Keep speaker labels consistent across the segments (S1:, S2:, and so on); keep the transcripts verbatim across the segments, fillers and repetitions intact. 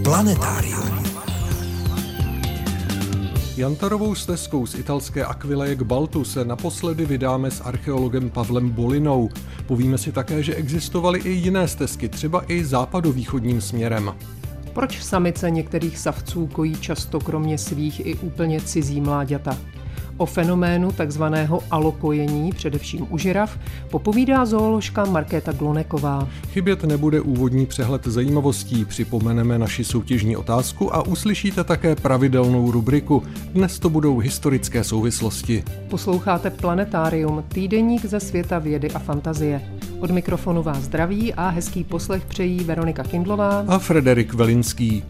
S1: Planetárium.
S2: Jantarovou stezkou z italské Aquileje k Baltu se naposledy vydáme s archeologem Pavlem Bolinou. Povíme si také, že existovaly i jiné stezky, třeba i západovýchodním směrem.
S3: Proč samice některých savců kojí často kromě svých i úplně cizí mláďata? O fenoménu takzvaného alokojení, především u žiraf, popovídá zooložka Markéta Gloneková.
S2: Chybět nebude úvodní přehled zajímavostí, připomeneme naši soutěžní otázku a uslyšíte také pravidelnou rubriku. Dnes to budou historické souvislosti.
S3: Posloucháte Planetárium, týdeník ze světa vědy a fantazie. Od mikrofonu vás zdraví a hezký poslech přejí Veronika Kindlová
S2: a Frederik Velinský.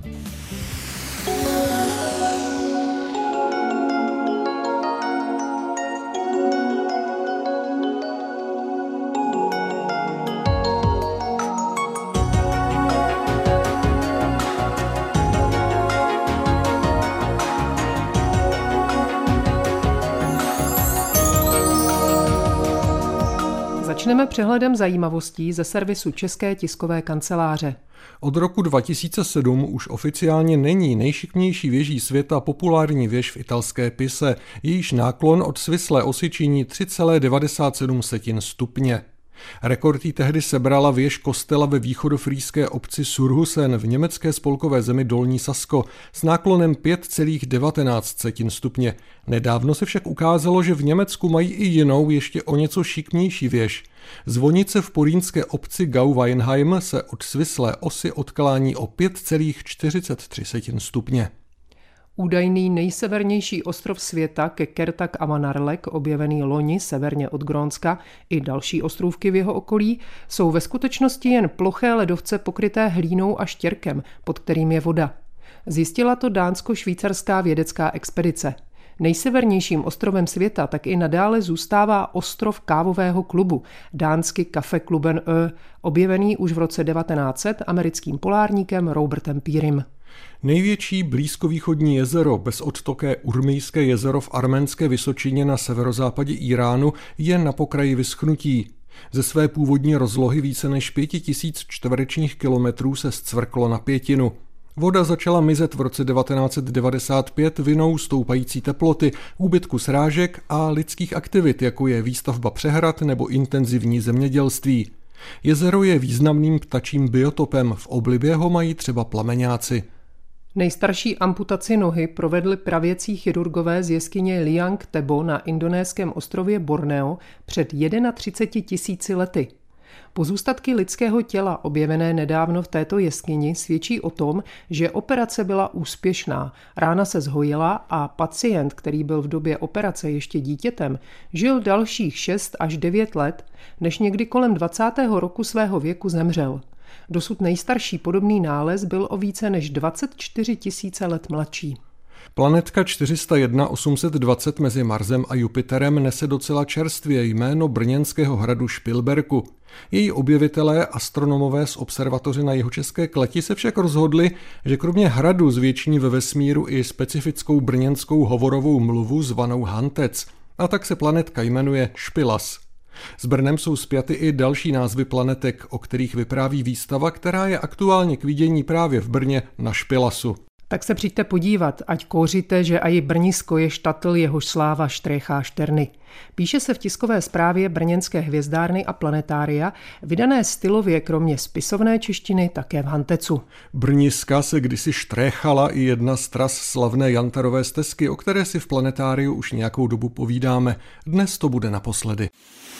S3: Začneme přehledem zajímavostí ze servisu České tiskové kanceláře.
S2: Od roku dva tisíce sedm už oficiálně není nejšikmější věží světa populární věž v italské Pise, jejíž náklon od svislé osy činí tři celé devadesát sedm stupně. Rekord jí tehdy sebrala věž kostela ve východofrýské obci Surhusen v německé spolkové zemi Dolní Sasko s náklonem pět celé devatenáct stupně. Nedávno se však ukázalo, že v Německu mají i jinou, ještě o něco šikmější věž. Zvonice v porýnské obci Gau-Weinheim se od svislé osy odklání o pět celé čtyřicet tři stupně.
S3: Údajný nejsevernější ostrov světa Kekertak Amanarlek, objevený loni severně od Grónska, i další ostrůvky v jeho okolí, jsou ve skutečnosti jen ploché ledovce pokryté hlínou a štěrkem, pod kterým je voda. Zjistila to dánsko-švýcarská vědecká expedice. Nejsevernějším ostrovem světa tak i nadále zůstává ostrov kávového klubu, dánsky Kaffekluben Ö, objevený už v roce devatenáct set americkým polárníkem Robertem Pearym.
S2: Největší blízkovýchodní jezero, bezodtoké Urmijské jezero v Arménské vysočině na severozápadě Íránu, je na pokraji vyschnutí. Ze své původní rozlohy více než pěti tisíc čtverečních kilometrů se zcvrklo na pětinu. Voda začala mizet v roce devatenáct set devadesát pět vinou stoupající teploty, úbytku srážek a lidských aktivit, jako je výstavba přehrad nebo intenzivní zemědělství. Jezero je významným ptačím biotopem, v oblibě ho mají třeba plameňáci.
S3: Nejstarší amputaci nohy provedli pravěcí chirurgové z jeskyně Liang Tebo na indonéském ostrově Borneo před třiceti tisíci lety. Pozůstatky lidského těla objevené nedávno v této jeskyni svědčí o tom, že operace byla úspěšná, rána se zhojila a pacient, který byl v době operace ještě dítětem, žil dalších šest až devět let, než někdy kolem dvacátého roku svého věku zemřel. Dosud nejstarší podobný nález byl o více než dvacet čtyři tisíce let mladší.
S2: Planetka čtyři sta jedna osm set dvacet mezi Marsem a Jupiterem nese docela čerstvě jméno brněnského hradu Špilberku. Její objevitelé, astronomové z observatoře na jihočeské Kleti, se však rozhodli, že kromě hradu zvětší ve vesmíru i specifickou brněnskou hovorovou mluvu zvanou hantec. A tak se planetka jmenuje Špilas. S Brnem jsou spjaty i další názvy planetek, o kterých vypráví výstava, která je aktuálně k vidění právě v Brně na Špilasu.
S3: Tak se přijďte podívat, ať kouříte, že aj Brnisko je štatl, jehož sláva štréchá šterny. Píše se v tiskové zprávě Brněnské hvězdárny a planetária, vydané stylově kromě spisovné češtiny také v hantecu.
S2: Brniska se kdysi štréchala i jedna z tras slavné Jantarové stezky, o které si v planetáriu už nějakou dobu povídáme. Dnes to bude naposledy.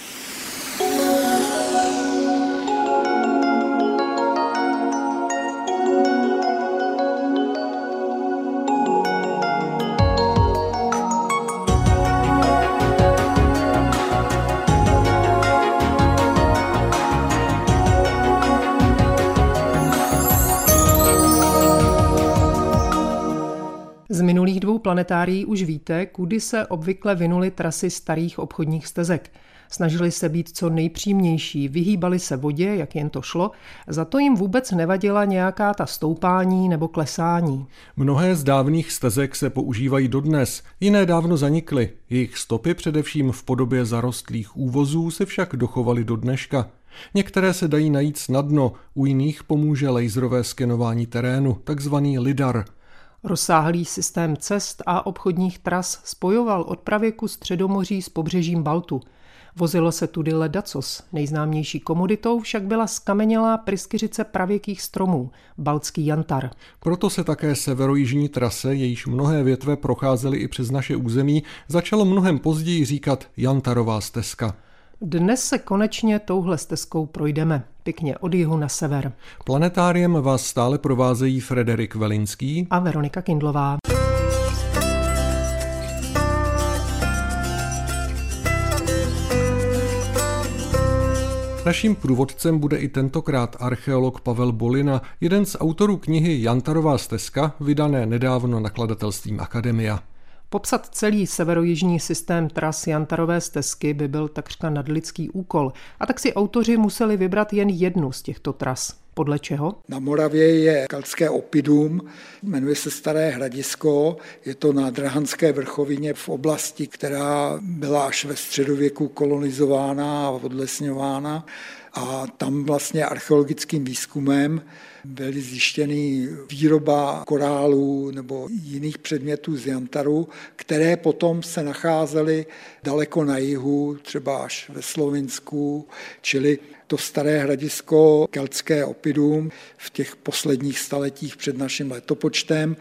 S3: Z minulých dvou planetárií už víte, kudy se obvykle vinuly trasy starých obchodních stezek. Snažili se být co nejpřímější, vyhýbali se vodě, jak jen to šlo, za to jim vůbec nevadila nějaká ta stoupání nebo klesání.
S2: Mnohé z dávných stezek se používají dodnes, jiné dávno zanikly. Jejich stopy, především v podobě zarostlých úvozů, se však dochovaly do dneška. Některé se dají najít snadno, u jiných pomůže laserové skenování terénu, takzvaný lidar.
S3: Rozsáhlý systém cest a obchodních tras spojoval od pravěku Středomoří s pobřežím Baltu. Vozilo se tudy ledacos, nejznámější komoditou však byla skamenělá pryskyřice pravěkých stromů, baltský jantar.
S2: Proto se také severojižní trase, jejíž mnohé větve procházely i přes naše území, začalo mnohem později říkat Jantarová stezka.
S3: Dnes se konečně touhle stezkou projdeme, pěkně od jihu na sever.
S2: Planetáriem vás stále provázejí Frederik Velinský
S3: a Veronika Kindlová.
S2: Naším průvodcem bude i tentokrát archeolog Pavel Bolina, jeden z autorů knihy Jantarová stezka, vydané nedávno nakladatelstvím Akademia.
S3: Popsat celý severojižní systém tras Jantarové stezky by byl takřka nadlidský úkol, a tak si autoři museli vybrat jen jednu z těchto tras. Podle čeho?
S1: Na Moravě je keltské oppidum, jmenuje se Staré Hradisko, je to na Drahanské vrchovině v oblasti, která byla až ve středověku kolonizována a odlesňována. A tam vlastně archeologickým výzkumem byly zjištěny výroba korálů nebo jiných předmětů z jantaru, které potom se nacházely daleko na jihu, třeba až ve Slovinsku, čili to Staré Hradisko, keltské oppidum v těch posledních staletích před naším letopočtem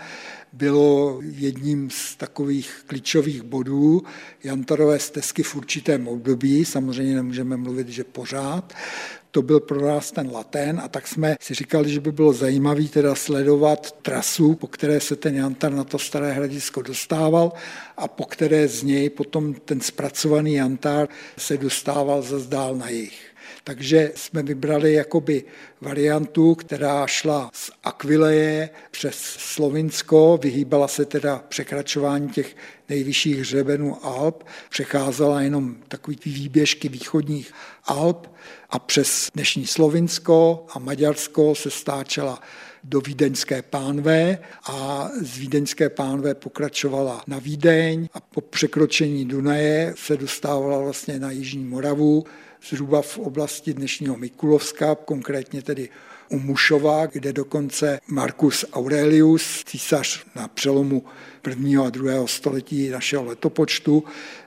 S1: bylo jedním z takových klíčových bodů Jantarové stezky v určitém období. Samozřejmě nemůžeme mluvit, že pořád. To byl pro nás ten Latén a tak jsme si říkali, že by bylo zajímavé teda sledovat trasu, po které se ten jantar na to Staré Hradisko dostával a po které z něj potom ten zpracovaný jantar se dostával zase dál na jih. Takže jsme vybrali jakoby variantu, která šla z Aquileje přes Slovinsko, vyhýbala se teda překračování těch nejvyšších hřebenů Alp, přecházela jenom takový výběžky východních Alp a přes dnešní Slovinsko a Maďarsko se stáčela do Vídeňské pánve a z Vídeňské pánve pokračovala na Vídeň a po překročení Dunaje se dostávala vlastně na jižní Moravu, zhruba v oblasti dnešního Mikulovska, konkrétně tedy u Mušova, kde dokonce Marcus Aurelius, císař na přelomu prvního a druhého století našeho letopočtu,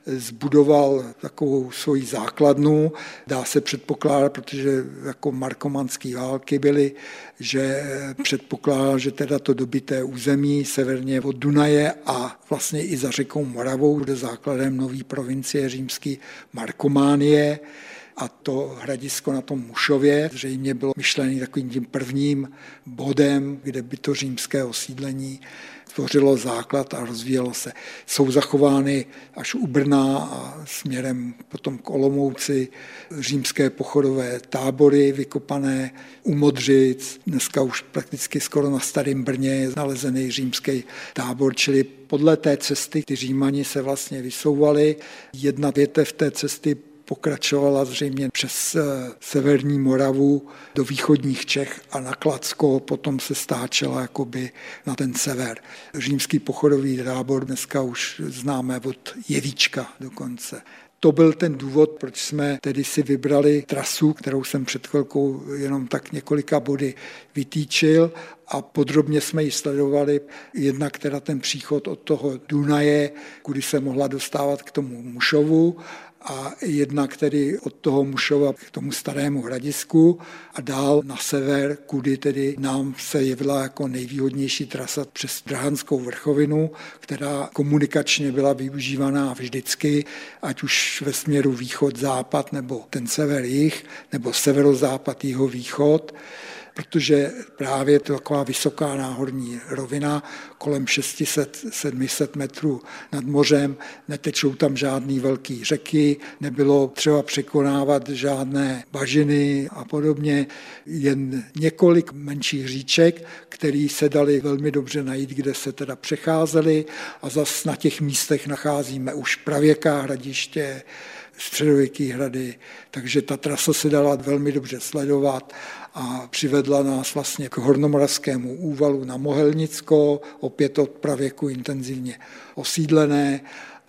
S1: zbudoval takovou svoji základnu. Dá se předpokládat, protože jako markomanské války byly, že předpokládal, že teda to dobyté území severně od Dunaje a vlastně i za řekou Moravou bude základem nové provincie římské Markománie. A to hradisko na tom Mušově zřejmě bylo myšlené takovým tím prvním bodem, kde by to římské osídlení tvořilo základ a rozvíjelo se. Jsou zachovány až u Brna a směrem potom k Olomouci římské pochodové tábory vykopané u Modřic. Dneska už prakticky skoro na Starém Brně je nalezený římský tábor, čili podle té cesty ty Římani se vlastně vysouvali. Jedna větev té cesty pokračovala zřejmě přes severní Moravu do východních Čech a na Kladsko, potom se stáčela jakoby na ten sever. Římský pochodový tábor dneska už známe od Jevíčka dokonce. To byl ten důvod, proč jsme tedy si vybrali trasu, kterou jsem před chvilkou jenom tak několika body vytýčil a podrobně jsme ji sledovali. Jednak teda ten příchod od toho Dunaje, kudy se mohla dostávat k tomu Mušovu, a jednak tedy od toho Mušova k tomu Starému Hradisku a dál na sever, kudy tedy nám se jevila jako nejvýhodnější trasa přes Drahanskou vrchovinu, která komunikačně byla využívaná vždycky, ať už ve směru východ-západ, nebo ten sever-jih, nebo severozápad, jihovýchod, protože právě to taková vysoká náhorní rovina, kolem šest set sedm set metrů nad mořem, netečou tam žádný velký řeky, nebylo třeba překonávat žádné bažiny a podobně, jen několik menších říček, které se daly velmi dobře najít, kde se teda přecházely a zas na těch místech nacházíme už pravěká hradiště, středověký hrady, takže ta trasa se dala velmi dobře sledovat a přivedla nás vlastně k hornomoravskému úvalu na Mohelnicko, opět od pravěku intenzivně osídlené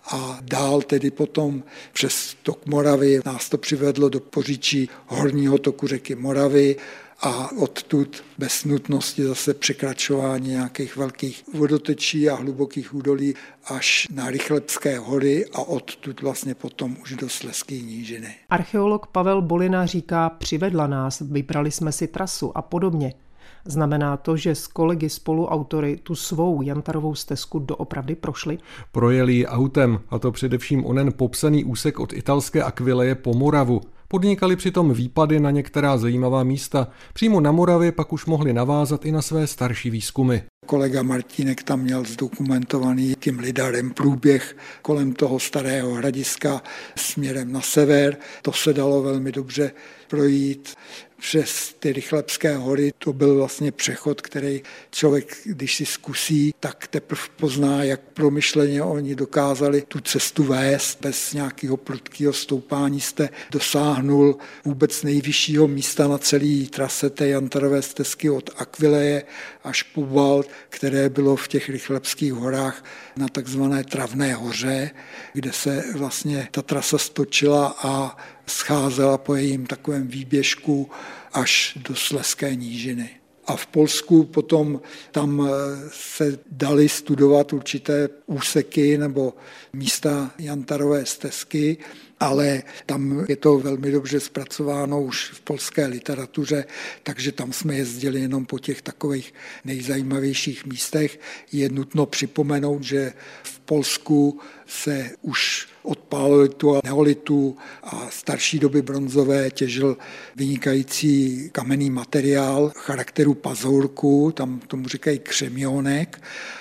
S1: a dál tedy potom přes tok Moravy nás to přivedlo do poříčí horního toku řeky Moravy a odtud bez nutnosti zase překračování nějakých velkých vodotečí a hlubokých údolí až na Rychlebské hory a odtud vlastně potom už do Slezské nížiny.
S3: Archeolog Pavel Bolina říká, přivedla nás, vybrali jsme si trasu a podobně. Znamená to, že s kolegy spoluautory tu svou Jantarovou stezku doopravdy prošli?
S2: Projeli ji autem, a to především onen popsaný úsek od italské Aquileje po Moravu. Podnikali přitom výpady na některá zajímavá místa. Přímo na Moravě pak už mohli navázat i na své starší výzkumy.
S1: Kolega Martínek tam měl zdokumentovaný tím lidarem průběh kolem toho starého hradiska směrem na sever. To se dalo velmi dobře projít. Přes ty Rychlebské hory to byl vlastně přechod, který člověk, když si zkusí, tak teprve pozná, jak promyšleně oni dokázali tu cestu vést. Bez nějakého prudkého stoupání jste dosáhnul vůbec nejvyššího místa na celé trase té Jantarové stezky od Aquileje až po Balt, které bylo v těch Rychlebských horách na takzvané Travné hoře, kde se vlastně ta trasa stočila a scházela po jejím takovém výběžku až do Slezské nížiny. A v Polsku potom tam se daly studovat určité úseky nebo místa Jantarové stezky, ale tam je to velmi dobře zpracováno už v polské literatuře, takže tam jsme jezdili jenom po těch takových nejzajímavějších místech. Je nutno připomenout, že v Polsku se už od paleolitu a neolitu a starší doby bronzové těžil vynikající kamenný materiál charakteru pazourku, tam tomu říkají křemionek,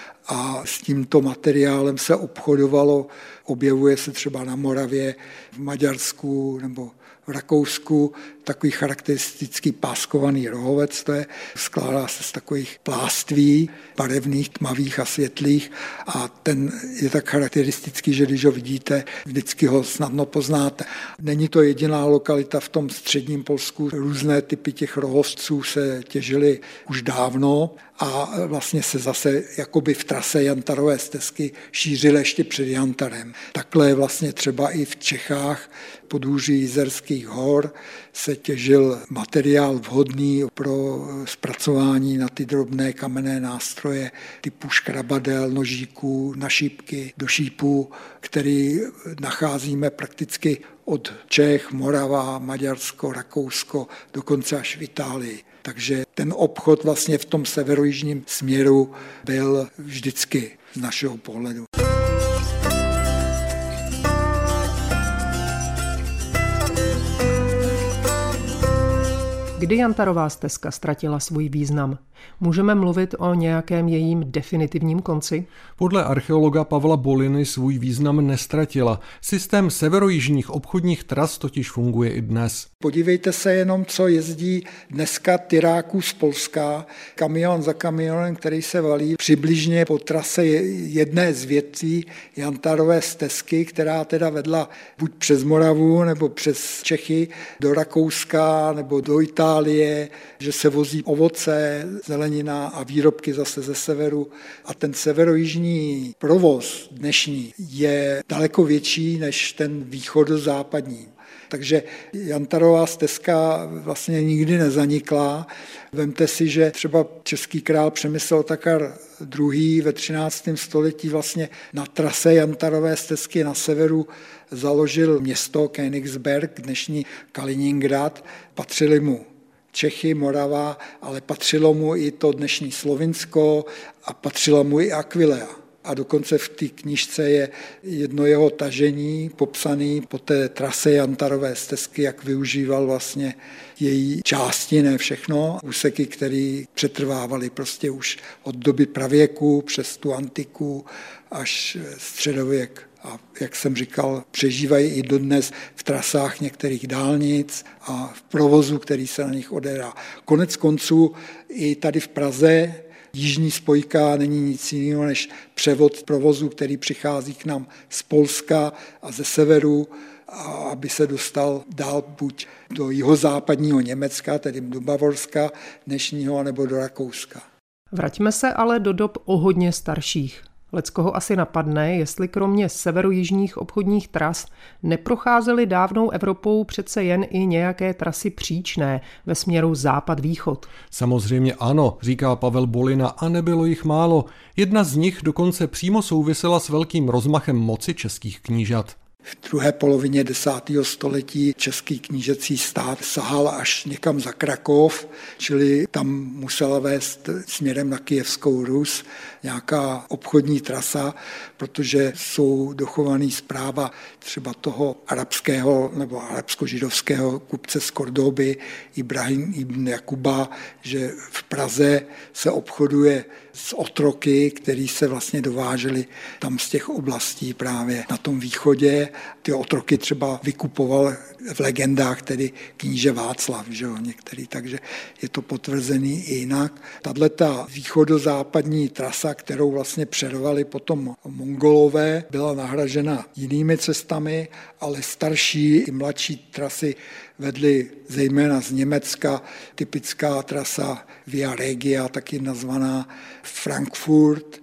S1: a s tímto materiálem se obchodovalo, objevuje se třeba na Moravě, v Maďarsku nebo v Rakousku takový charakteristický páskovaný rohovec, to je, skládá se z takových pláství, barevných, tmavých a světlých a ten je tak charakteristický, že když ho vidíte, vždycky ho snadno poznáte. Není to jediná lokalita v tom středním Polsku, různé typy těch rohovců se těžily už dávno a vlastně se zase jakoby v trase Jantarové stezky šířily ještě před Jantarem. Takhle vlastně třeba i v Čechách podůží Jizerských hor se těžil materiál vhodný pro zpracování na ty drobné kamenné nástroje typu škrabadel, nožíků, na šípky, do šípů, který nacházíme prakticky od Čech, Morava, Maďarsko, Rakousko, dokonce až v Itálii. Takže ten obchod vlastně v tom severojižním směru byl vždycky z našeho pohledu.
S3: Kdy Jantarová stezka ztratila svůj význam? Můžeme mluvit o nějakém jejím definitivním konci?
S2: Podle archeologa Pavla Boliny svůj význam nestratila. Systém severojižních obchodních tras totiž funguje i dnes.
S1: Podívejte se jenom, co jezdí dneska tyráků z Polska, kamion za kamionem, který se valí přibližně po trase jedné z větví Jantarové stezky, která teda vedla buď přes Moravu nebo přes Čechy do Rakouska nebo do Itálie, že se vozí ovoce, zelenina a výrobky zase ze severu. A ten severojižní provoz dnešní je daleko větší než ten východozápadní. Takže Jantarová stezka vlastně nikdy nezanikla. Vemte si, že třeba český král Přemysl Otakar druhý. ve třináctém století vlastně na trase Jantarové stezky na severu založil město Königsberg, dnešní Kaliningrad. Patřili mu Čechy, Morava, ale patřilo mu i to dnešní Slovinsko a patřila mu i Aquileja. A dokonce v té knížce je jedno jeho tažení popsané po té trase Jantarové stezky, jak využíval vlastně její části, ne všechno, úseky, které přetrvávaly prostě už od doby pravěku přes tu antiku až středověk. A jak jsem říkal, přežívají i dodnes v trasách některých dálnic a v provozu, který se na nich odehrá. Konec konců i tady v Praze jižní spojka není nic jiného než převod provozu, který přichází k nám z Polska a ze severu, a aby se dostal dál buď do jihozápadního Německa, tedy do Bavorska dnešního, nebo do Rakouska.
S3: Vraťme se ale do dob o hodně starších. Leckoho asi napadne, jestli kromě severojižních obchodních tras neprocházely dávnou Evropou přece jen i nějaké trasy příčné ve směru západ-východ.
S2: Samozřejmě ano, říká Pavel Bolina, a nebylo jich málo. Jedna z nich dokonce přímo souvisela s velkým rozmachem moci českých knížat.
S1: V druhé polovině desátého století český knížecí stát sahal až někam za Krakov, čili tam musela vést směrem na Kyjevskou Rus nějaká obchodní trasa, protože jsou dochovaný zpráva třeba toho arabského nebo arabsko-židovského kupce z Kordoby Ibrahim ibn Jakuba, že v Praze se obchoduje s otroky, který se vlastně dováželi tam z těch oblastí právě na tom východě. Ty otroky třeba vykupoval v legendách tedy kníže Václav, že jo, některý, takže je to potvrzený i jinak. Tato východozápadní trasa, kterou vlastně přervali potom Mongolové, byla nahražena jinými cestami, ale starší i mladší trasy vedly zejména z Německa, typická trasa Via Regia, taky nazvaná Frankfurt,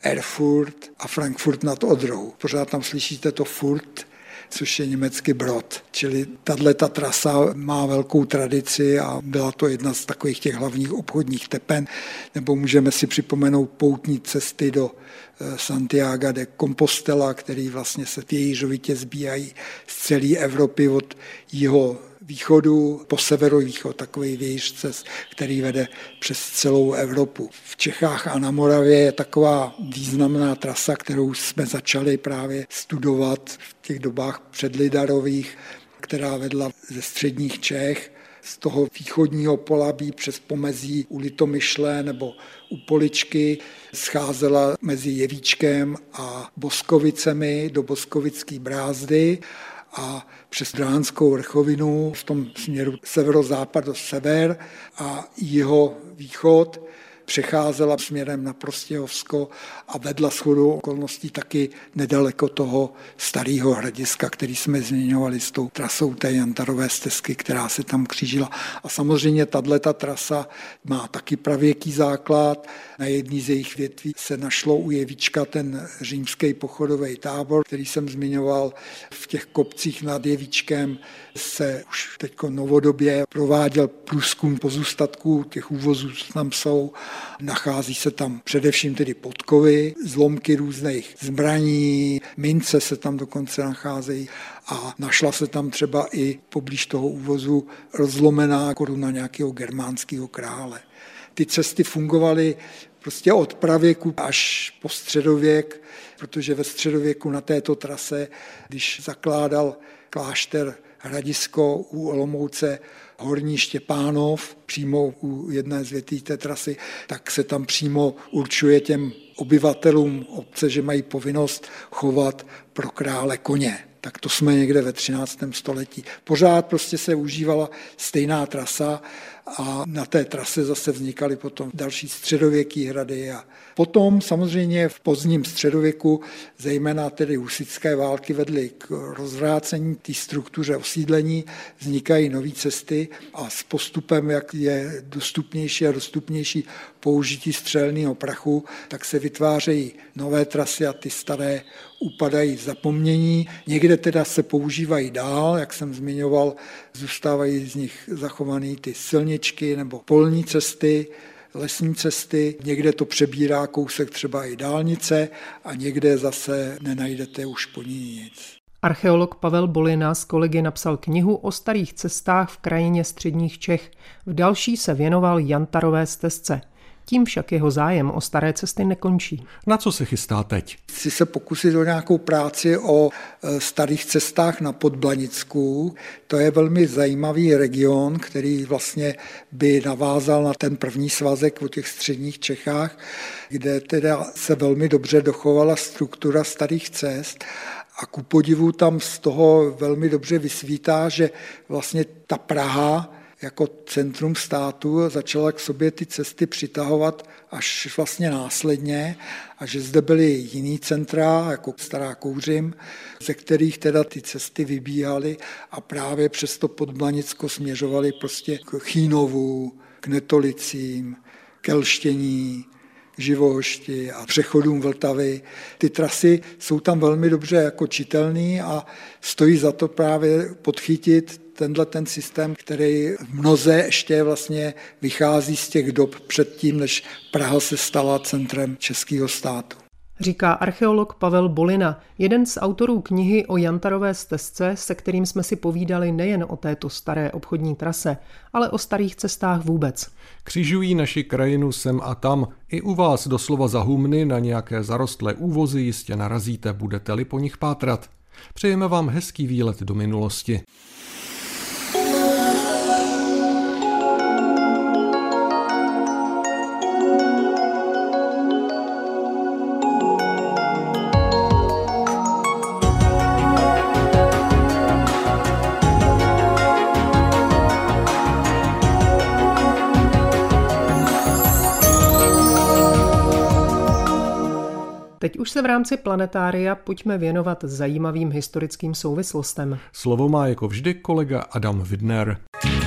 S1: Erfurt a Frankfurt nad Odrou. Pořád tam slyšíte to Furt, což je německý Brod. Čili tato trasa má velkou tradici a byla to jedna z takových těch hlavních obchodních tepen, nebo můžeme si připomenout poutní cesty do Santiago de Compostela, který vlastně se vějířovitě zbíhají z celé Evropy od jeho východu po severovýchod, takový vějíř, který vede přes celou Evropu. V Čechách a na Moravě je taková významná trasa, kterou jsme začali právě studovat v těch dobách předlidarových, která vedla ze středních Čech, z toho východního Polabí přes pomezí u Litomyšle nebo u Poličky scházela mezi Jevíčkem a Boskovicemi do Boskovické brázdy a přes Drahanskou vrchovinu v tom směru severozápad do sever a jeho východ přecházela směrem na Prostějovsko a vedla shodou okolností taky nedaleko toho starého hradiska, který jsme zmiňovali s tou trasou té Jantarové stezky, která se tam křížila. A samozřejmě tato trasa má taky pravěký základ. Na jedné z jejich větví se našlo u Jevíčka ten římský pochodový tábor, který jsem zmiňoval. V těch kopcích nad Jevíčkem se už teď novodobě prováděl průzkum pozůstatků těch úvozů, co tam jsou. Nachází se tam především tedy podkovy, zlomky různých zbraní, mince se tam dokonce nacházejí a našla se tam třeba i poblíž toho úvozu rozlomená koruna nějakého germánského krále. Ty cesty fungovaly prostě od pravěku až po středověk, protože ve středověku na této trase, když zakládal klášter Hradisko u Olomouce Horní Štěpánov, přímo u jedné z větví té trasy, tak se tam přímo určuje těm obyvatelům obce, že mají povinnost chovat pro krále koně. Tak to jsme někde ve třináctém století. Pořád prostě se užívala stejná trasa a na té trase zase vznikaly potom další středověký hrady. A potom samozřejmě v pozdním středověku, zejména tedy husitské války vedly k rozvrácení té struktuře osídlení, vznikají nové cesty a s postupem, jak je dostupnější a dostupnější použití střelného prachu, tak se vytvářejí nové trasy a ty staré upadají v zapomnění. Někde teda se používají dál, jak jsem zmiňoval, zůstávají z nich zachované ty silničky nebo polní cesty, lesní cesty, někde to přebírá kousek třeba i dálnice a někde zase nenajdete už po ní nic.
S3: Archeolog Pavel Bolina s kolegy napsal knihu o starých cestách v krajině středních Čech. V další se věnoval Jantarové stezce. Tím však jeho zájem o staré cesty nekončí.
S2: Na co se chystá teď?
S1: Chci se pokusit o nějakou práci o starých cestách na Podblanicku. To je velmi zajímavý region, který vlastně by navázal na ten první svazek o těch středních Čechách, kde teda se velmi dobře dochovala struktura starých cest. A ku podivu tam z toho velmi dobře vysvítá, že vlastně ta Praha jako centrum státu začala k sobě ty cesty přitahovat až vlastně následně a že zde byly jiný centra, jako Stará Kouřim, ze kterých teda ty cesty vybíhaly a právě přes to Podblanicko směřovaly prostě k Chínovu, k Netolicím, k Elštění, Živohošti a přechodům Vltavy. Ty trasy jsou tam velmi dobře jako čitelný a stojí za to právě podchytit tenhle ten systém, který v mnoze ještě vlastně vychází z těch dob předtím, než Praha se stala centrem českého státu.
S3: Říká archeolog Pavel Bolina, jeden z autorů knihy o Jantarové stezce, se kterým jsme si povídali nejen o této staré obchodní trase, ale o starých cestách vůbec.
S2: Křižují naši krajinu sem a tam. I u vás doslova za humny na nějaké zarostlé úvozy jistě narazíte, budete-li po nich pátrat. Přejeme vám hezký výlet do minulosti.
S3: Teď už se v rámci planetária pojďme věnovat zajímavým historickým souvislostem.
S2: Slovo má jako vždy kolega Adam Widner.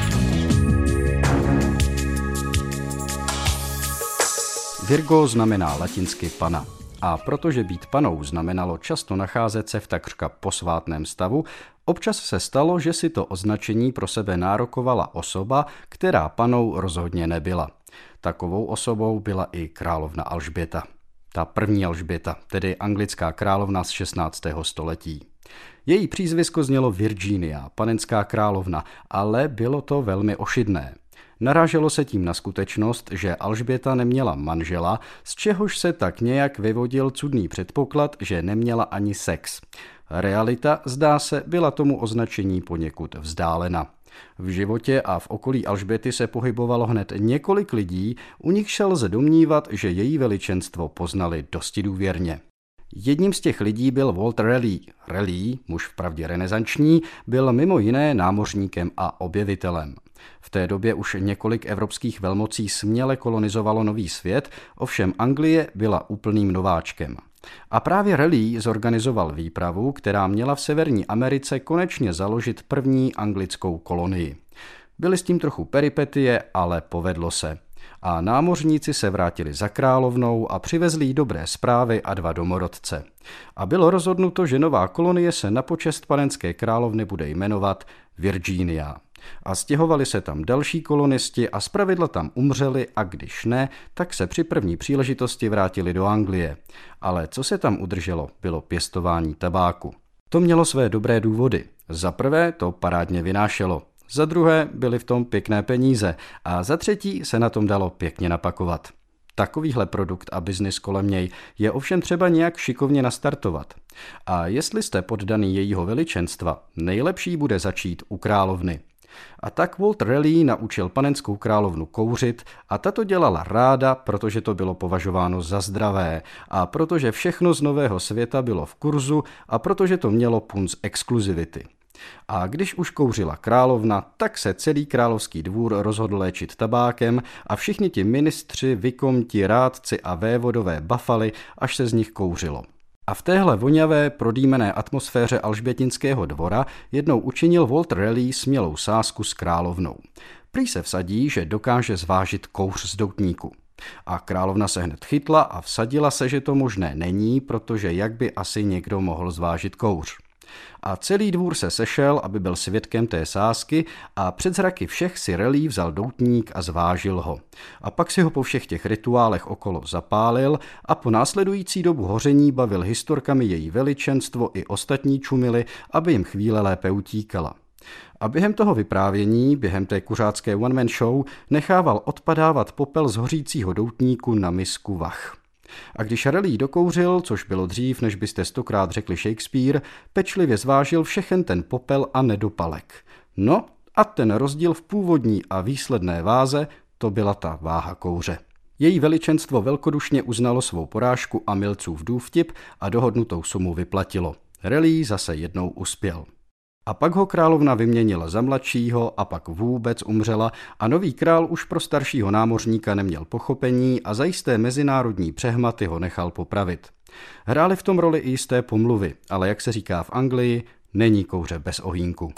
S4: Virgo znamená latinsky pana. A protože být panou znamenalo často nacházet se v takřka posvátném stavu, občas se stalo, že si to označení pro sebe nárokovala osoba, která panou rozhodně nebyla. Takovou osobou byla i královna Alžběta. Ta první Alžběta, tedy anglická královna z šestnáctého století. Její přízvisko znělo Virginia, panenská královna, ale bylo to velmi ošidné. Naráželo se tím na skutečnost, že Alžběta neměla manžela, z čehož se tak nějak vyvodil cudný předpoklad, že neměla ani sex. Realita, zdá se, byla tomu označení poněkud vzdálena. V životě a v okolí Alžběty se pohybovalo hned několik lidí, u nich se lze domnívat, že její veličenstvo poznali dosti důvěrně. Jedním z těch lidí byl Walter Raleigh. Raleigh, muž vpravdě renesanční, byl mimo jiné námořníkem a objevitelem. V té době už několik evropských velmocí směle kolonizovalo Nový svět, ovšem Anglie byla úplným nováčkem. A právě Raleigh zorganizoval výpravu, která měla v Severní Americe konečně založit první anglickou kolonii. Byly s tím trochu peripetie, ale povedlo se. A námořníci se vrátili za královnou a přivezli jí dobré zprávy a dva domorodce. A bylo rozhodnuto, že nová kolonie se na počest panenské královny bude jmenovat Virginia. A stěhovali se tam další kolonisti a zpravidla tam umřeli a když ne, tak se při první příležitosti vrátili do Anglie. Ale co se tam udrželo, bylo pěstování tabáku. To mělo své dobré důvody. Za prvé to parádně vynášelo. Za druhé byly v tom pěkné peníze a za třetí se na tom dalo pěkně napakovat. Takovýhle produkt a biznis kolem něj je ovšem třeba nějak šikovně nastartovat. A jestli jste poddaný jejího veličenstva, nejlepší bude začít u královny. A tak Walter Raleigh naučil panenskou královnu kouřit a ta to dělala ráda, protože to bylo považováno za zdravé a protože všechno z Nového světa bylo v kurzu a protože to mělo punc exkluzivity. A když už kouřila královna, tak se celý královský dvůr rozhodl léčit tabákem a všichni ti ministři, vikomti, rádci a vévodové bafaly, až se z nich kouřilo. A v téhle voňavé, prodýmené atmosféře alžbětinského dvora jednou učinil Walter Raleigh smělou sázku s královnou. Prý se vsadí, že dokáže zvážit kouř z doutníku. A královna se hned chytla a vsadila se, že to možné není, protože jak by asi někdo mohl zvážit kouř. A celý dvůr se sešel, aby byl svědkem té sázky a před zraky všech si Raleigh vzal doutník a zvážil ho. A pak si ho po všech těch rituálech okolo zapálil a po následující dobu hoření bavil historkami její veličenstvo i ostatní čumily, aby jim chvíle lépe utíkala. A během toho vyprávění, během té kuřácké one-man show, nechával odpadávat popel z hořícího doutníku na misku vach. A když Raleigh dokouřil, což bylo dřív, než byste stokrát řekli Shakespeare, pečlivě zvážil všechen ten popel a nedopalek. No a ten rozdíl v původní a výsledné váze, to byla ta váha kouře. Její veličenstvo velkodušně uznalo svou porážku a milcův důvtip a dohodnutou sumu vyplatilo. Raleigh zase jednou uspěl. A pak ho královna vyměnila za mladšího a pak vůbec umřela a nový král už pro staršího námořníka neměl pochopení a za jisté mezinárodní přehmaty ho nechal popravit. Hrály v tom roli i jisté pomluvy, ale jak se říká v Anglii, není kouře bez ohýnku.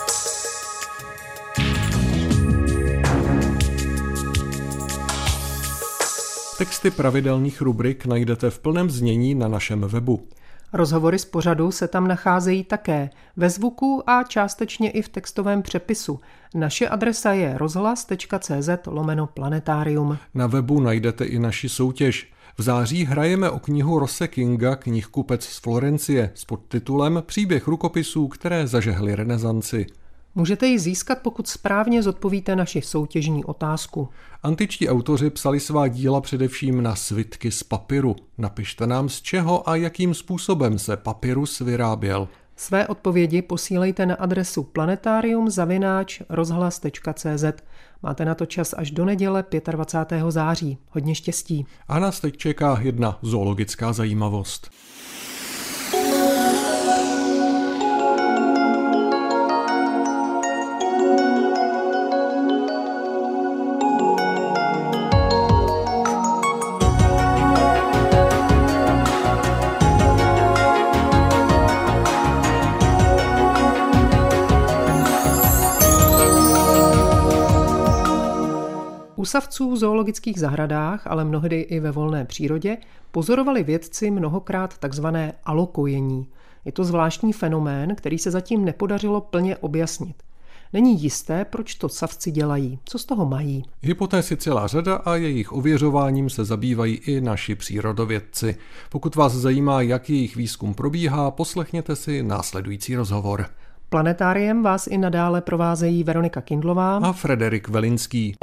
S2: Texty pravidelných rubrik najdete v plném znění na našem webu.
S3: Rozhovory z pořadu se tam nacházejí také ve zvuku a částečně i v textovém přepisu. Naše adresa je rozhlas.cz lomeno planetarium.
S2: Na webu najdete i naši soutěž. V září hrajeme o knihu Rosse Kinga Knihkupec z Florencie s podtitulem Příběh rukopisů, které zažehly renesanci.
S3: Můžete ji získat, pokud správně zodpovíte naši soutěžní otázku.
S2: Antičtí autoři psali svá díla především na svitky z papíru. Napište nám, z čeho a jakým způsobem se papyrus vyráběl.
S3: Své odpovědi posílejte na adresu planetarium zavináč rozhlas tečka cz. Máte na to čas až do neděle dvacátého pátého září. Hodně štěstí.
S2: A nás teď čeká jedna zoologická zajímavost.
S3: U savců v zoologických zahradách, ale mnohdy i ve volné přírodě, pozorovali vědci mnohokrát takzvané alokojení. Je to zvláštní fenomén, který se zatím nepodařilo plně objasnit. Není jisté, proč to savci dělají, co z toho mají.
S2: Hypotéz je celá řada a jejich ověřováním se zabývají i naši přírodovědci. Pokud vás zajímá, jak jejich výzkum probíhá, poslechněte si následující rozhovor.
S3: Planetáriem vás i nadále provázejí Veronika Kindlová
S2: a Frederik Velinský.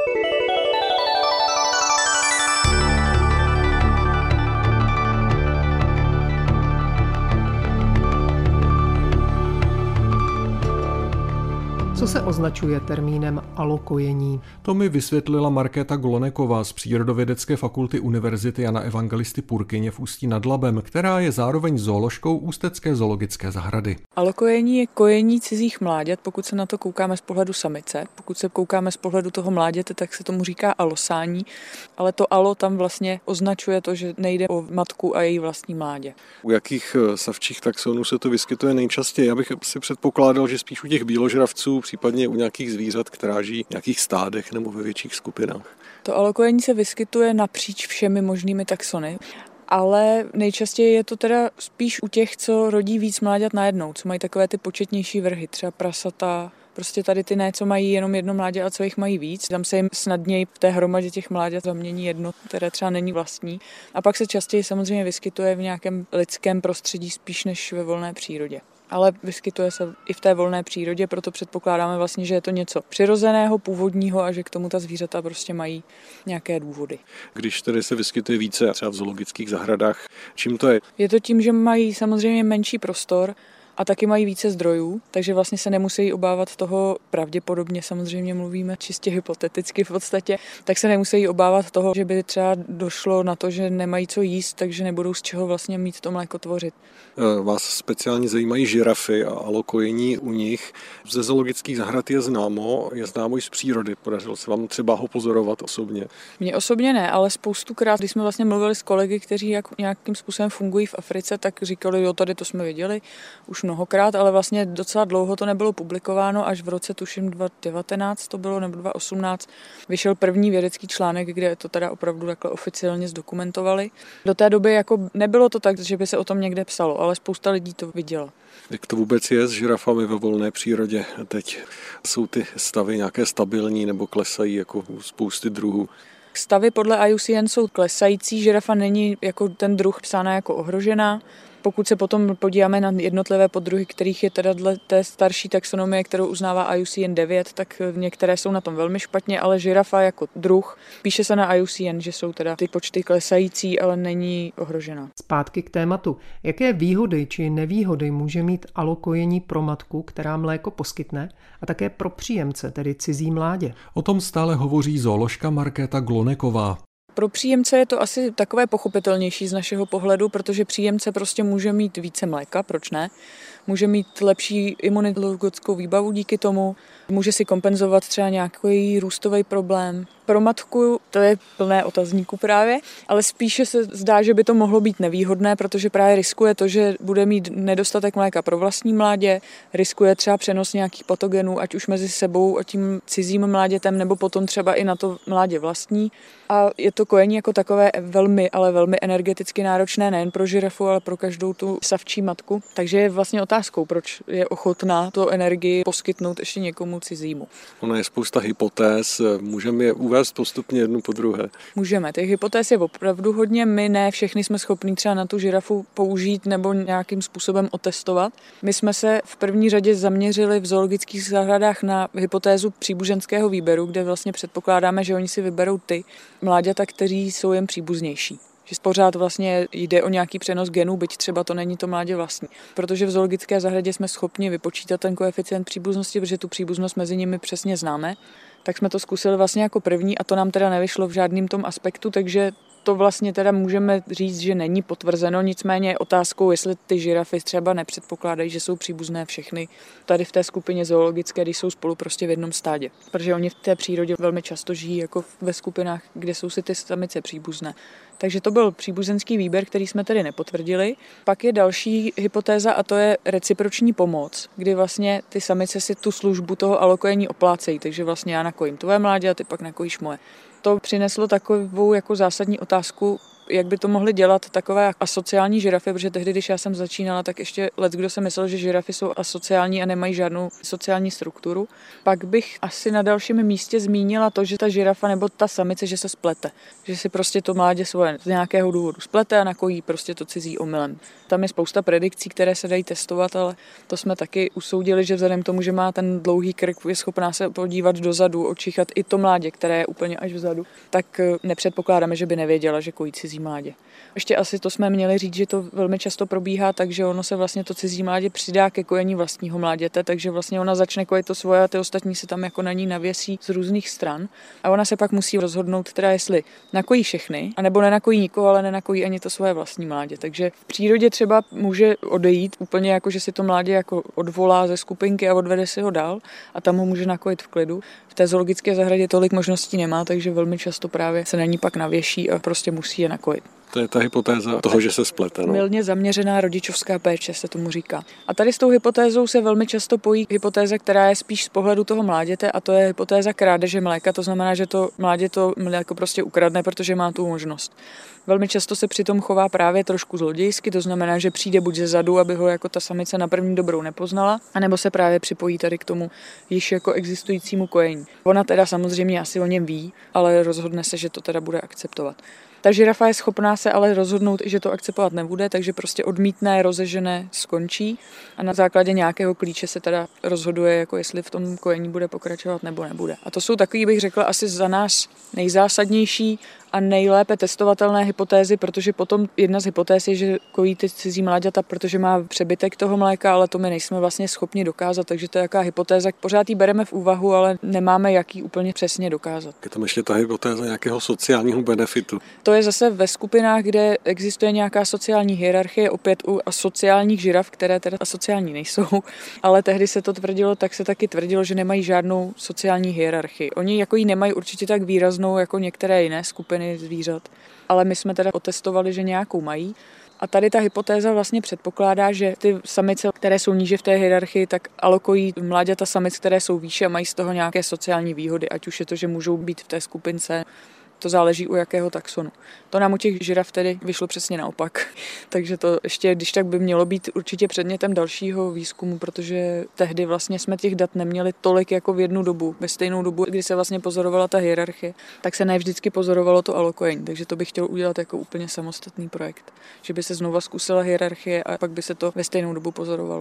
S3: Co se označuje termínem alokojení?
S2: To mi vysvětlila Markéta Gloneková z Přírodovědecké fakulty Univerzity Jana Evangelisty Purkyně v Ústí nad Labem, která je zároveň zooložkou Ústecké zoologické zahrady.
S5: Alokojení je kojení cizích mláďat, pokud se na to koukáme z pohledu samice. Pokud se koukáme z pohledu toho mláděte, tak se tomu říká alosání, ale to alo tam vlastně označuje to, že nejde o matku a její vlastní mládě.
S6: U jakých savčích taxonů se to vyskytuje nejčastěji? Já bych si předpokládal, že spíš u těch bíložravců, případně u nějakých zvířat, která žijí v nějakých stádech nebo ve větších skupinách.
S5: To alokojení se vyskytuje napříč všemi možnými taxony, ale nejčastěji je to teda spíš u těch, co rodí víc mláďat najednou, co mají takové ty početnější vrhy, třeba prasata, prostě tady ty ne, co mají jenom jedno mládě a co jich mají víc. Tam se jim snadněji v té hromadě těch mláďat zamění jedno, které třeba není vlastní. A pak se častěji samozřejmě vyskytuje v nějakém lidském prostředí spíš než ve volné přírodě. Ale vyskytuje se i v té volné přírodě, proto předpokládáme vlastně, že je to něco přirozeného, původního a že k tomu ta zvířata prostě mají nějaké důvody.
S6: Když tedy se vyskytuje více třeba v zoologických zahradách, čím to je?
S5: Je to tím, že mají samozřejmě menší prostor a taky mají více zdrojů, takže vlastně se nemusí obávat toho, pravděpodobně samozřejmě mluvíme čistě hypoteticky v podstatě, tak se nemusí obávat toho, že by třeba došlo na to, že nemají co jíst, takže nebudou z čeho vlastně mít to mléko tvořit.
S6: Vás speciálně zajímají žirafy a alokojení u nich. Ze zoologických zahrad je známo, je známo i z přírody. Podařilo se vám třeba ho pozorovat osobně?
S5: Mně osobně ne, ale spoustukrát, když jsme vlastně mluvili s kolegy, kteří jak, nějakým způsobem fungují v Africe, tak říkali, jo, tady to jsme věděli už mnohokrát, ale vlastně docela dlouho to nebylo publikováno, až v roce tuším dva tisíce devatenáct to bylo, nebo dva tisíce osmnáct, vyšel první vědecký článek, kde to teda opravdu takhle oficiálně zdokumentovali. Do té doby jako nebylo to tak, že by se o tom někde psalo, ale spousta lidí to viděla.
S6: Jak to vůbec je s žirafami ve volné přírodě teď? Jsou ty stavy nějaké stabilní nebo klesají jako u spousty druhů?
S5: Stavy podle I U C N jsou klesající, žirafa není jako ten druh psána jako ohrožená. Pokud se potom podíváme na jednotlivé poddruhy, kterých je teda dle té starší taxonomie, kterou uznává I U C N devět, tak některé jsou na tom velmi špatně, ale žirafa jako druh, píše se na I U C N, že jsou teda ty počty klesající, ale není ohrožená.
S3: Zpátky k tématu. Jaké výhody či nevýhody může mít alokojení pro matku, která mléko poskytne, a také pro příjemce, tedy cizí mládě?
S2: O tom stále hovoří zooložka Markéta Gloneková.
S5: Pro příjemce je to asi takové pochopitelnější z našeho pohledu, protože příjemce prostě může mít více mléka, proč ne? může mít lepší imunologickou výbavu díky tomu, může si kompenzovat třeba nějaký růstový problém. Pro matku to je plné otazníků právě, ale spíše se zdá, že by to mohlo být nevýhodné, protože právě riskuje to, že bude mít nedostatek mléka pro vlastní mládě, riskuje třeba přenos nějakých patogenů, ať už mezi sebou a tím cizím mládětem, nebo potom třeba i na to mládě vlastní. A je to kojení jako takové velmi, ale velmi energeticky náročné nejen pro žirafu, ale pro každou tu savčí matku. Takže je vlastně otázkou, proč je ochotná tu energii poskytnout ještě někomu cizímu.
S6: Ono je spousta hypotéz, můžeme je uvést postupně jednu po druhé.
S5: Můžeme, těch hypotéz je opravdu hodně, my ne všechny jsme schopní třeba na tu žirafu použít nebo nějakým způsobem otestovat. My jsme se v první řadě zaměřili v zoologických zahradách na hypotézu příbuzenského výběru, kde vlastně předpokládáme, že oni si vyberou ty mláďata, kteří jsou jim příbuznější. Že pořád vlastně jde o nějaký přenos genů, byť třeba to není to mládě vlastní. Protože v zoologické zahradě jsme schopni vypočítat ten koeficient příbuznosti, protože tu příbuznost mezi nimi přesně známe, tak jsme to zkusili vlastně jako první a to nám teda nevyšlo v žádném tom aspektu, takže to vlastně teda můžeme říct, že není potvrzeno, nicméně je otázkou, jestli ty žirafy třeba nepředpokládají, že jsou příbuzné všechny tady v té skupině zoologické, když jsou spolu prostě v jednom stádě. Protože oni v té přírodě velmi často žijí jako ve skupinách, kde jsou si ty samice příbuzné. Takže to byl příbuzenský výběr, který jsme tedy nepotvrdili. Pak je další hypotéza a to je reciproční pomoc, kdy vlastně ty samice si tu službu toho alokojení oplácejí, takže vlastně já nakojím tvoje mládě a ty pak nakojíš moje. To přineslo takovou jako zásadní otázku, jak by to mohly dělat takové asociální žirafy, protože tehdy, když já jsem začínala, tak ještě leckdo se myslel, že žirafy jsou asociální a nemají žádnou sociální strukturu. Pak bych asi na dalším místě zmínila to, že ta žirafa nebo ta samice, že se splete. Že si prostě to mládě svoje z nějakého důvodu splete a nakojí prostě to cizí omylem. Tam je spousta predikcí, které se dají testovat, ale to jsme taky usoudili, že vzhledem k tomu, že má ten dlouhý krk, je schopná se podívat dozadu, očichat i to mládě, které je úplně až vzadu, tak nepředpokládáme, že by nevěděla, že kojí cizí mládě. Ještě asi to jsme měli říct, že to velmi často probíhá, takže ono se vlastně to cizí mládě přidá ke kojení vlastního mláděte, takže vlastně ona začne kojit to svoje a ty ostatní se tam jako na ní navěsí z různých stran a ona se pak musí rozhodnout teda, jestli nakojí všechny, anebo nenakojí nikoho, ale nenakojí ani to svoje vlastní mládě. Takže v přírodě třeba může odejít úplně jako, že si to mládě jako odvolá ze skupinky a odvede si ho dál a tam ho může nakojit v klidu. V té zoologické zahradě tolik možností nemá, takže velmi často právě se na ní pak navěší a prostě musí je nakojit.
S6: To je ta hypotéza toho, že se splete. No.
S5: Mylně zaměřená rodičovská péče se tomu říká. A tady s tou hypotézou se velmi často pojí hypotéza, která je spíš z pohledu toho mláděte, a to je hypotéza krádeže mléka. To znamená, že to mládě to mléko prostě ukradne, protože má tu možnost. Velmi často se přitom chová právě trošku zlodějsky, to znamená, že přijde buď ze zadu, aby ho jako ta samice na první dobrou nepoznala, anebo se právě připojí tady k tomu již jako existujícímu kojení. Ona teda samozřejmě asi o něm ví, ale rozhodne se, že to teda bude akceptovat. Ta žirafa je schopná se ale rozhodnout, že to akceptovat nebude, takže prostě odmítné, rozežené skončí a na základě nějakého klíče se teda rozhoduje, jako jestli v tom kojení bude pokračovat nebo nebude. A to jsou takový, bych řekla, asi za nás nejzásadnější a nejlépe testovatelné hypotézy, protože potom jedna z hypotéz je, že kojí ty cizí mláďata, protože má přebytek toho mléka, ale to my nejsme vlastně schopni dokázat, takže to je jaká hypotéza. Pořád ji bereme v úvahu, ale nemáme jak ji úplně přesně dokázat.
S6: Je tam ještě ta hypotéza nějakého sociálního benefitu.
S5: To je zase ve skupinách, kde existuje nějaká sociální hierarchie, opět u asociálních žiraf, které teda asociální nejsou, ale tehdy se to tvrdilo, tak se taky tvrdilo, že nemají žádnou sociální hierarchii. Oni jako ji nemají určitě tak výraznou jako některé jiné skupiny zvířat, ale my jsme teda otestovali, že nějakou mají. A tady ta hypotéza vlastně předpokládá, že ty samice, které jsou níže v té hierarchii, tak alokují mláďata samic, které jsou výše a mají z toho nějaké sociální výhody, ať už je to, že můžou být v té skupince. To záleží u jakého taxonu. To nám u těch žiraf tedy vyšlo přesně naopak. Takže to ještě, když tak by mělo být určitě předmětem dalšího výzkumu, protože tehdy vlastně jsme těch dat neměli tolik jako v jednu dobu. Ve stejnou dobu, kdy se vlastně pozorovala ta hierarchie, tak se ne vždycky pozorovalo to alokojení. Takže to bych chtěl udělat jako úplně samostatný projekt. Že by se znova zkusila hierarchie a pak by se to ve stejnou dobu pozorovalo.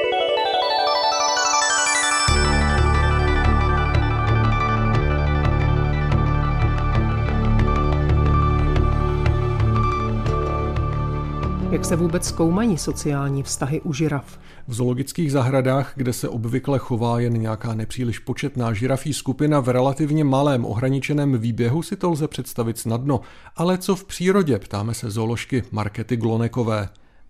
S3: Jak se vůbec zkoumají sociální vztahy u žiraf?
S2: V zoologických zahradách, kde se obvykle chová jen nějaká nepříliš početná žirafí skupina v relativně malém ohraničeném výběhu, si to lze představit snadno. Ale co v přírodě, ptáme se zooložky Markety Glonekové.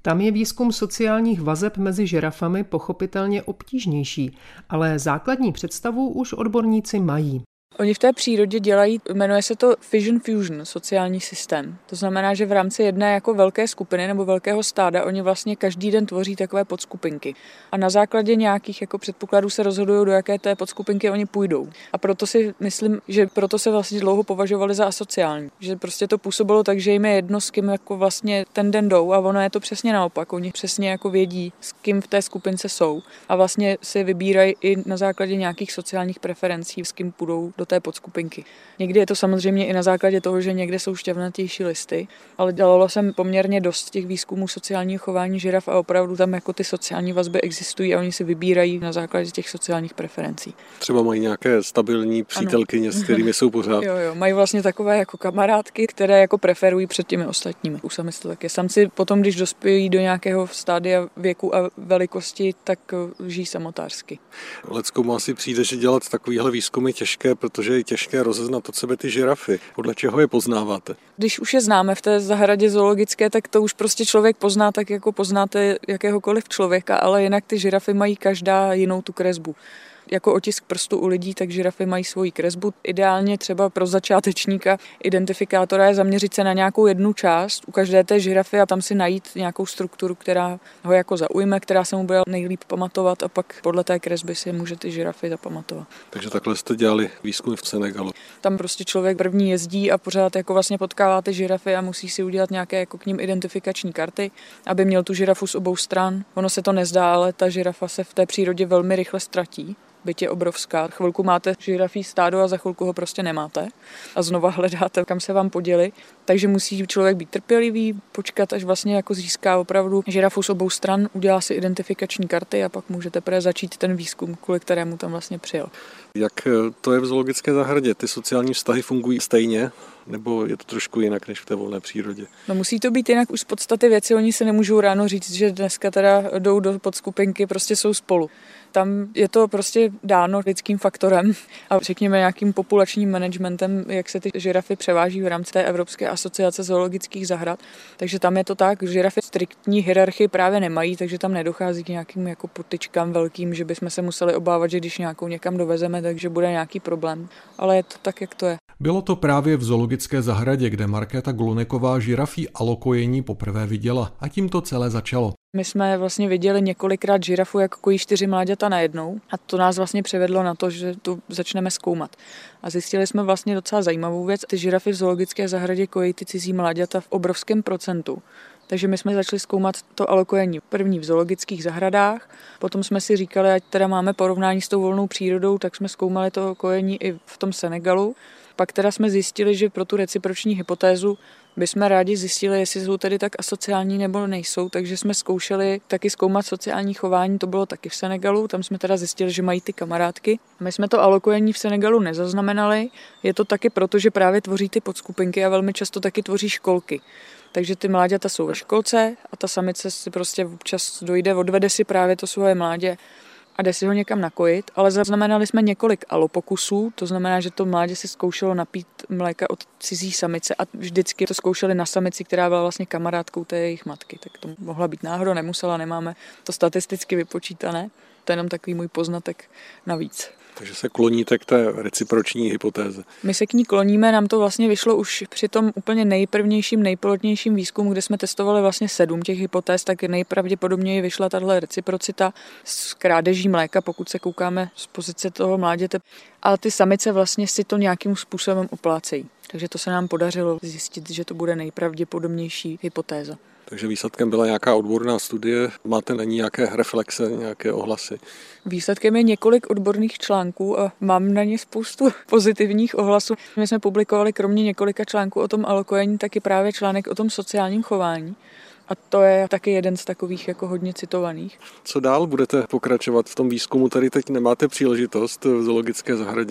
S3: Tam je výzkum sociálních vazeb mezi žirafami pochopitelně obtížnější, ale základní představu už odborníci mají.
S5: Oni v té přírodě dělají, jmenuje se to Fission Fusion, sociální systém. To znamená, že v rámci jedné jako velké skupiny nebo velkého stáda oni vlastně každý den tvoří takové podskupinky. A na základě nějakých jako předpokladů se rozhodují, do jaké té podskupinky oni půjdou. A proto si myslím, že proto se vlastně dlouho považovali za asociální. Že prostě to působilo tak, že jim je jedno, s kým jako vlastně ten den jdou, a ono je to přesně naopak. Oni přesně jako vědí, s kým v té skupince jsou. A vlastně si vybírají i na základě nějakých sociálních preferencí, s kým půjdou do té podskupinky. Někdy je to samozřejmě i na základě toho, že někde jsou šťavnatější listy, ale dělalo jsem poměrně dost těch výzkumů sociálního chování žiraf a opravdu tam jako ty sociální vazby existují a oni si vybírají na základě těch sociálních preferencí.
S6: Třeba mají nějaké stabilní přítelkyně, ano. S kterými jsou pořád.
S5: Jo, jo, mají vlastně takové jako kamarádky, které jako preferují před těmi ostatními. U samic to tak je. Samci potom, když dospějí do nějakého stádia věku a velikosti, tak žijí samotářsky. Leckomu
S6: asi přijde, že dělat takovýhle výzkum je těžké, protože je těžké rozeznat od sebe ty žirafy. Podle čeho je poznáváte?
S5: Když už je známe v té zahradě zoologické, tak to už prostě člověk pozná tak, jako poznáte jakéhokoliv člověka, ale jinak ty žirafy mají každá jinou tu kresbu. Jako otisk prstu u lidí, tak žirafy mají svoji kresbu. Ideálně třeba pro začátečníka identifikátora je zaměřit se na nějakou jednu část u každé té žirafy a tam si najít nějakou strukturu, která ho jako zaujme, která se mu bude nejlíp pamatovat, a pak podle té kresby si může ty žirafy zapamatovat.
S6: Takže takhle jste dělali výzkum v Senegalu.
S5: Tam prostě člověk první jezdí a pořád jako vlastně potkává ty žirafy a musí si udělat nějaké jako k ním identifikační karty, aby měl tu žirafu z obou stran. Ono se to nezdá, ale ta žirafa se v té přírodě velmi rychle ztratí. Byť je obrovská. Chvilku máte žirafí stádo a za chvilku ho prostě nemáte. A znova hledáte, kam se vám poděli. Takže musí člověk být trpělivý, počkat, až vlastně jako získá opravdu žirafu z obou stran, udělá si identifikační karty a pak může teprve začít ten výzkum, kvůli kterému tam vlastně přijel.
S6: Jak to je v zoologické zahradě? Ty sociální vztahy fungují stejně? Nebo je to trošku jinak než v té volné přírodě?
S5: No musí to být jinak už z podstaty věci. Oni se nemůžou ráno říct, že dneska teda jdou do podskupinky, prostě jsou spolu. Tam je to prostě dáno lidským faktorem a řekněme nějakým populačním managementem, jak se ty žirafy převáží v rámci té Evropské asociace zoologických zahrad. Takže tam je to tak, že žirafy striktní hierarchii právě nemají, takže tam nedochází k nějakým jako potyčkám velkým, že bychom se museli obávat, že když nějakou někam dovezeme, takže bude nějaký problém. Ale je to tak, jak to je.
S2: Bylo to právě v zoologické zahradě, kde Markéta Gluneková žirafí alokojení poprvé viděla, a tím to celé začalo.
S5: My jsme vlastně viděli několikrát žirafu, jak kojí čtyři mláďata najednou, a to nás vlastně přivedlo na to, že to začneme zkoumat. A zjistili jsme vlastně docela zajímavou věc. Ty žirafy v zoologické zahradě kojí ty cizí mláďata v obrovském procentu. Takže my jsme začali zkoumat to alokojení první v zoologických zahradách, potom jsme si říkali, ať teda máme porovnání s tou volnou přírodou, tak jsme zkoumali to kojení i v tom Senegalu. Pak teda jsme zjistili, že pro tu reciproční hypotézu bychom rádi zjistili, jestli jsou tedy tak asociální nebo nejsou, takže jsme zkoušeli taky zkoumat sociální chování, to bylo taky v Senegalu, tam jsme teda zjistili, že mají ty kamarádky. My jsme to alokojení v Senegalu nezaznamenali, je to taky proto, že právě tvoří ty podskupinky a velmi často taky tvoří školky. Takže ty mláďata jsou ve školce a ta samice si prostě občas dojde, odvede si právě to svoje mládě a jde si ho někam nakojit, ale zaznamenali jsme několik alopokusů, to znamená, že to mládě si zkoušelo napít mléka od cizí samice a vždycky to zkoušeli na samici, která byla vlastně kamarádkou té jejich matky. Tak to mohla být náhoda, nemusela, nemáme to statisticky vypočítané. To je jenom takový můj poznatek navíc.
S6: Takže se kloníte k té reciproční hypotéze.
S5: My se k ní kloníme, nám to vlastně vyšlo už při tom úplně nejprvnějším, nejpilotnějším výzkumu, kde jsme testovali vlastně sedm těch hypotéz, tak nejpravděpodobněji vyšla tahle reciprocita s krádeží mléka, pokud se koukáme z pozice toho mláděte. A ty samice vlastně si to nějakým způsobem oplácejí. Takže to se nám podařilo zjistit, že to bude nejpravděpodobnější hypotéza.
S6: Takže výsledkem byla nějaká odborná studie, máte na ní nějaké reflexe, nějaké ohlasy?
S5: Výsledkem je několik odborných článků a mám na ně spoustu pozitivních ohlasů. My jsme publikovali kromě několika článků o tom alokojení taky právě článek o tom sociálním chování. A to je taky jeden z takových jako hodně citovaných.
S6: Co dál budete pokračovat v tom výzkumu? Tady teď nemáte příležitost v zoologické zahradě.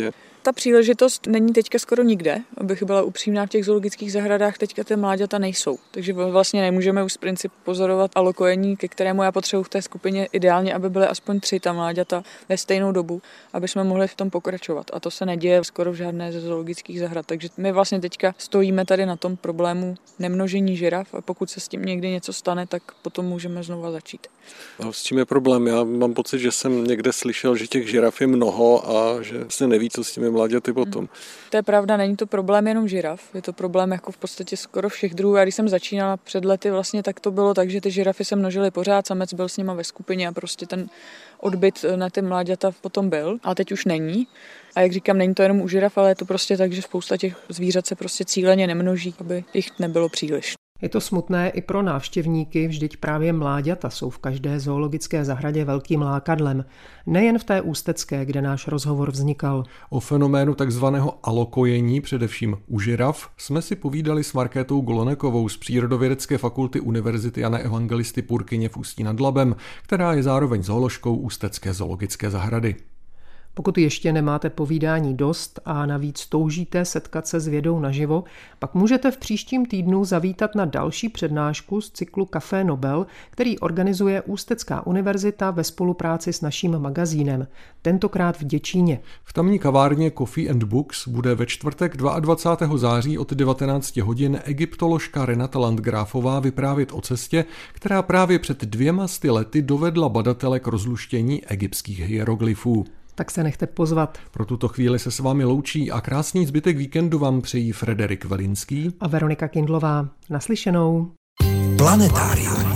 S5: Ta příležitost není teďka skoro nikde, abych byla upřímná, v těch zoologických zahradách teďka ty mláďata nejsou. Takže vlastně nemůžeme už z principu pozorovat alokojení, ke kterému já potřebuji v té skupině ideálně, aby byly aspoň tři ta mláďata ve stejnou dobu, aby jsme mohli v tom pokračovat. A to se neděje skoro v žádné ze zoologických zahrad. Takže my vlastně teďka stojíme tady na tom problému nemnožení žiraf a pokud se s tím někdy něco stane, tak potom můžeme znova začít.
S6: A s čím je problém? Já mám pocit, že jsem někde slyšel, že těch žiraf je mnoho a že se neví, co s těmi mláďaty potom.
S5: To je pravda, není to problém jenom žiraf, je to problém jako v podstatě skoro všech druhů. A když jsem začínala před lety, vlastně tak to bylo tak, že ty žirafy se množily pořád, samec byl s nima ve skupině a prostě ten odbyt na ty mláďata potom byl, ale teď už není. A jak říkám, není to jenom u žiraf, ale je to prostě tak, že spousta těch zvířat se prostě cíleně nemnoží, aby jich nebylo příliš.
S3: Je to smutné i pro návštěvníky, vždyť právě mláďata jsou v každé zoologické zahradě velkým lákadlem. Nejen v té ústecké, kde náš rozhovor vznikal.
S2: O fenoménu takzvaného alokojení, především u žiraf, jsme si povídali s Markétou Golonekovou z Přírodovědecké fakulty Univerzity Jana Evangelisty Purkyně v Ústí nad Labem, která je zároveň zooložkou Ústecké zoologické zahrady.
S3: Pokud ještě nemáte povídání dost a navíc toužíte setkat se s vědou naživo, pak můžete v příštím týdnu zavítat na další přednášku z cyklu Café Nobel, který organizuje Ústecká univerzita ve spolupráci s naším magazínem, tentokrát v Děčíně.
S2: V tamní kavárně Coffee and Books bude ve čtvrtek dvacátého druhého září od devatenáct hodin egyptoložka Renata Landgrafová vyprávět o cestě, která právě před dvěma sty lety dovedla badatele k rozluštění egyptských hieroglyfů.
S3: Tak se nechte pozvat.
S2: Pro tuto chvíli se s vámi loučí a krásný zbytek víkendu vám přejí Frederik Velinský
S3: a Veronika Kindlová. Naslyšenou.
S2: Planetárium.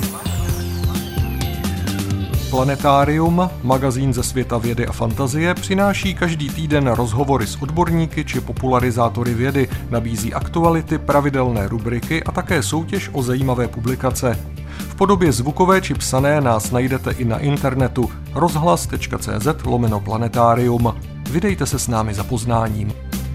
S2: Planetárium, magazín ze světa vědy a fantazie, přináší každý týden rozhovory s odborníky či popularizátory vědy, nabízí aktuality, pravidelné rubriky a také soutěž o zajímavé publikace. V podobě zvukové či psané nás najdete i na internetu rozhlas tečka cé zet lomeno planetárium. Vydejte se s námi za poznáním.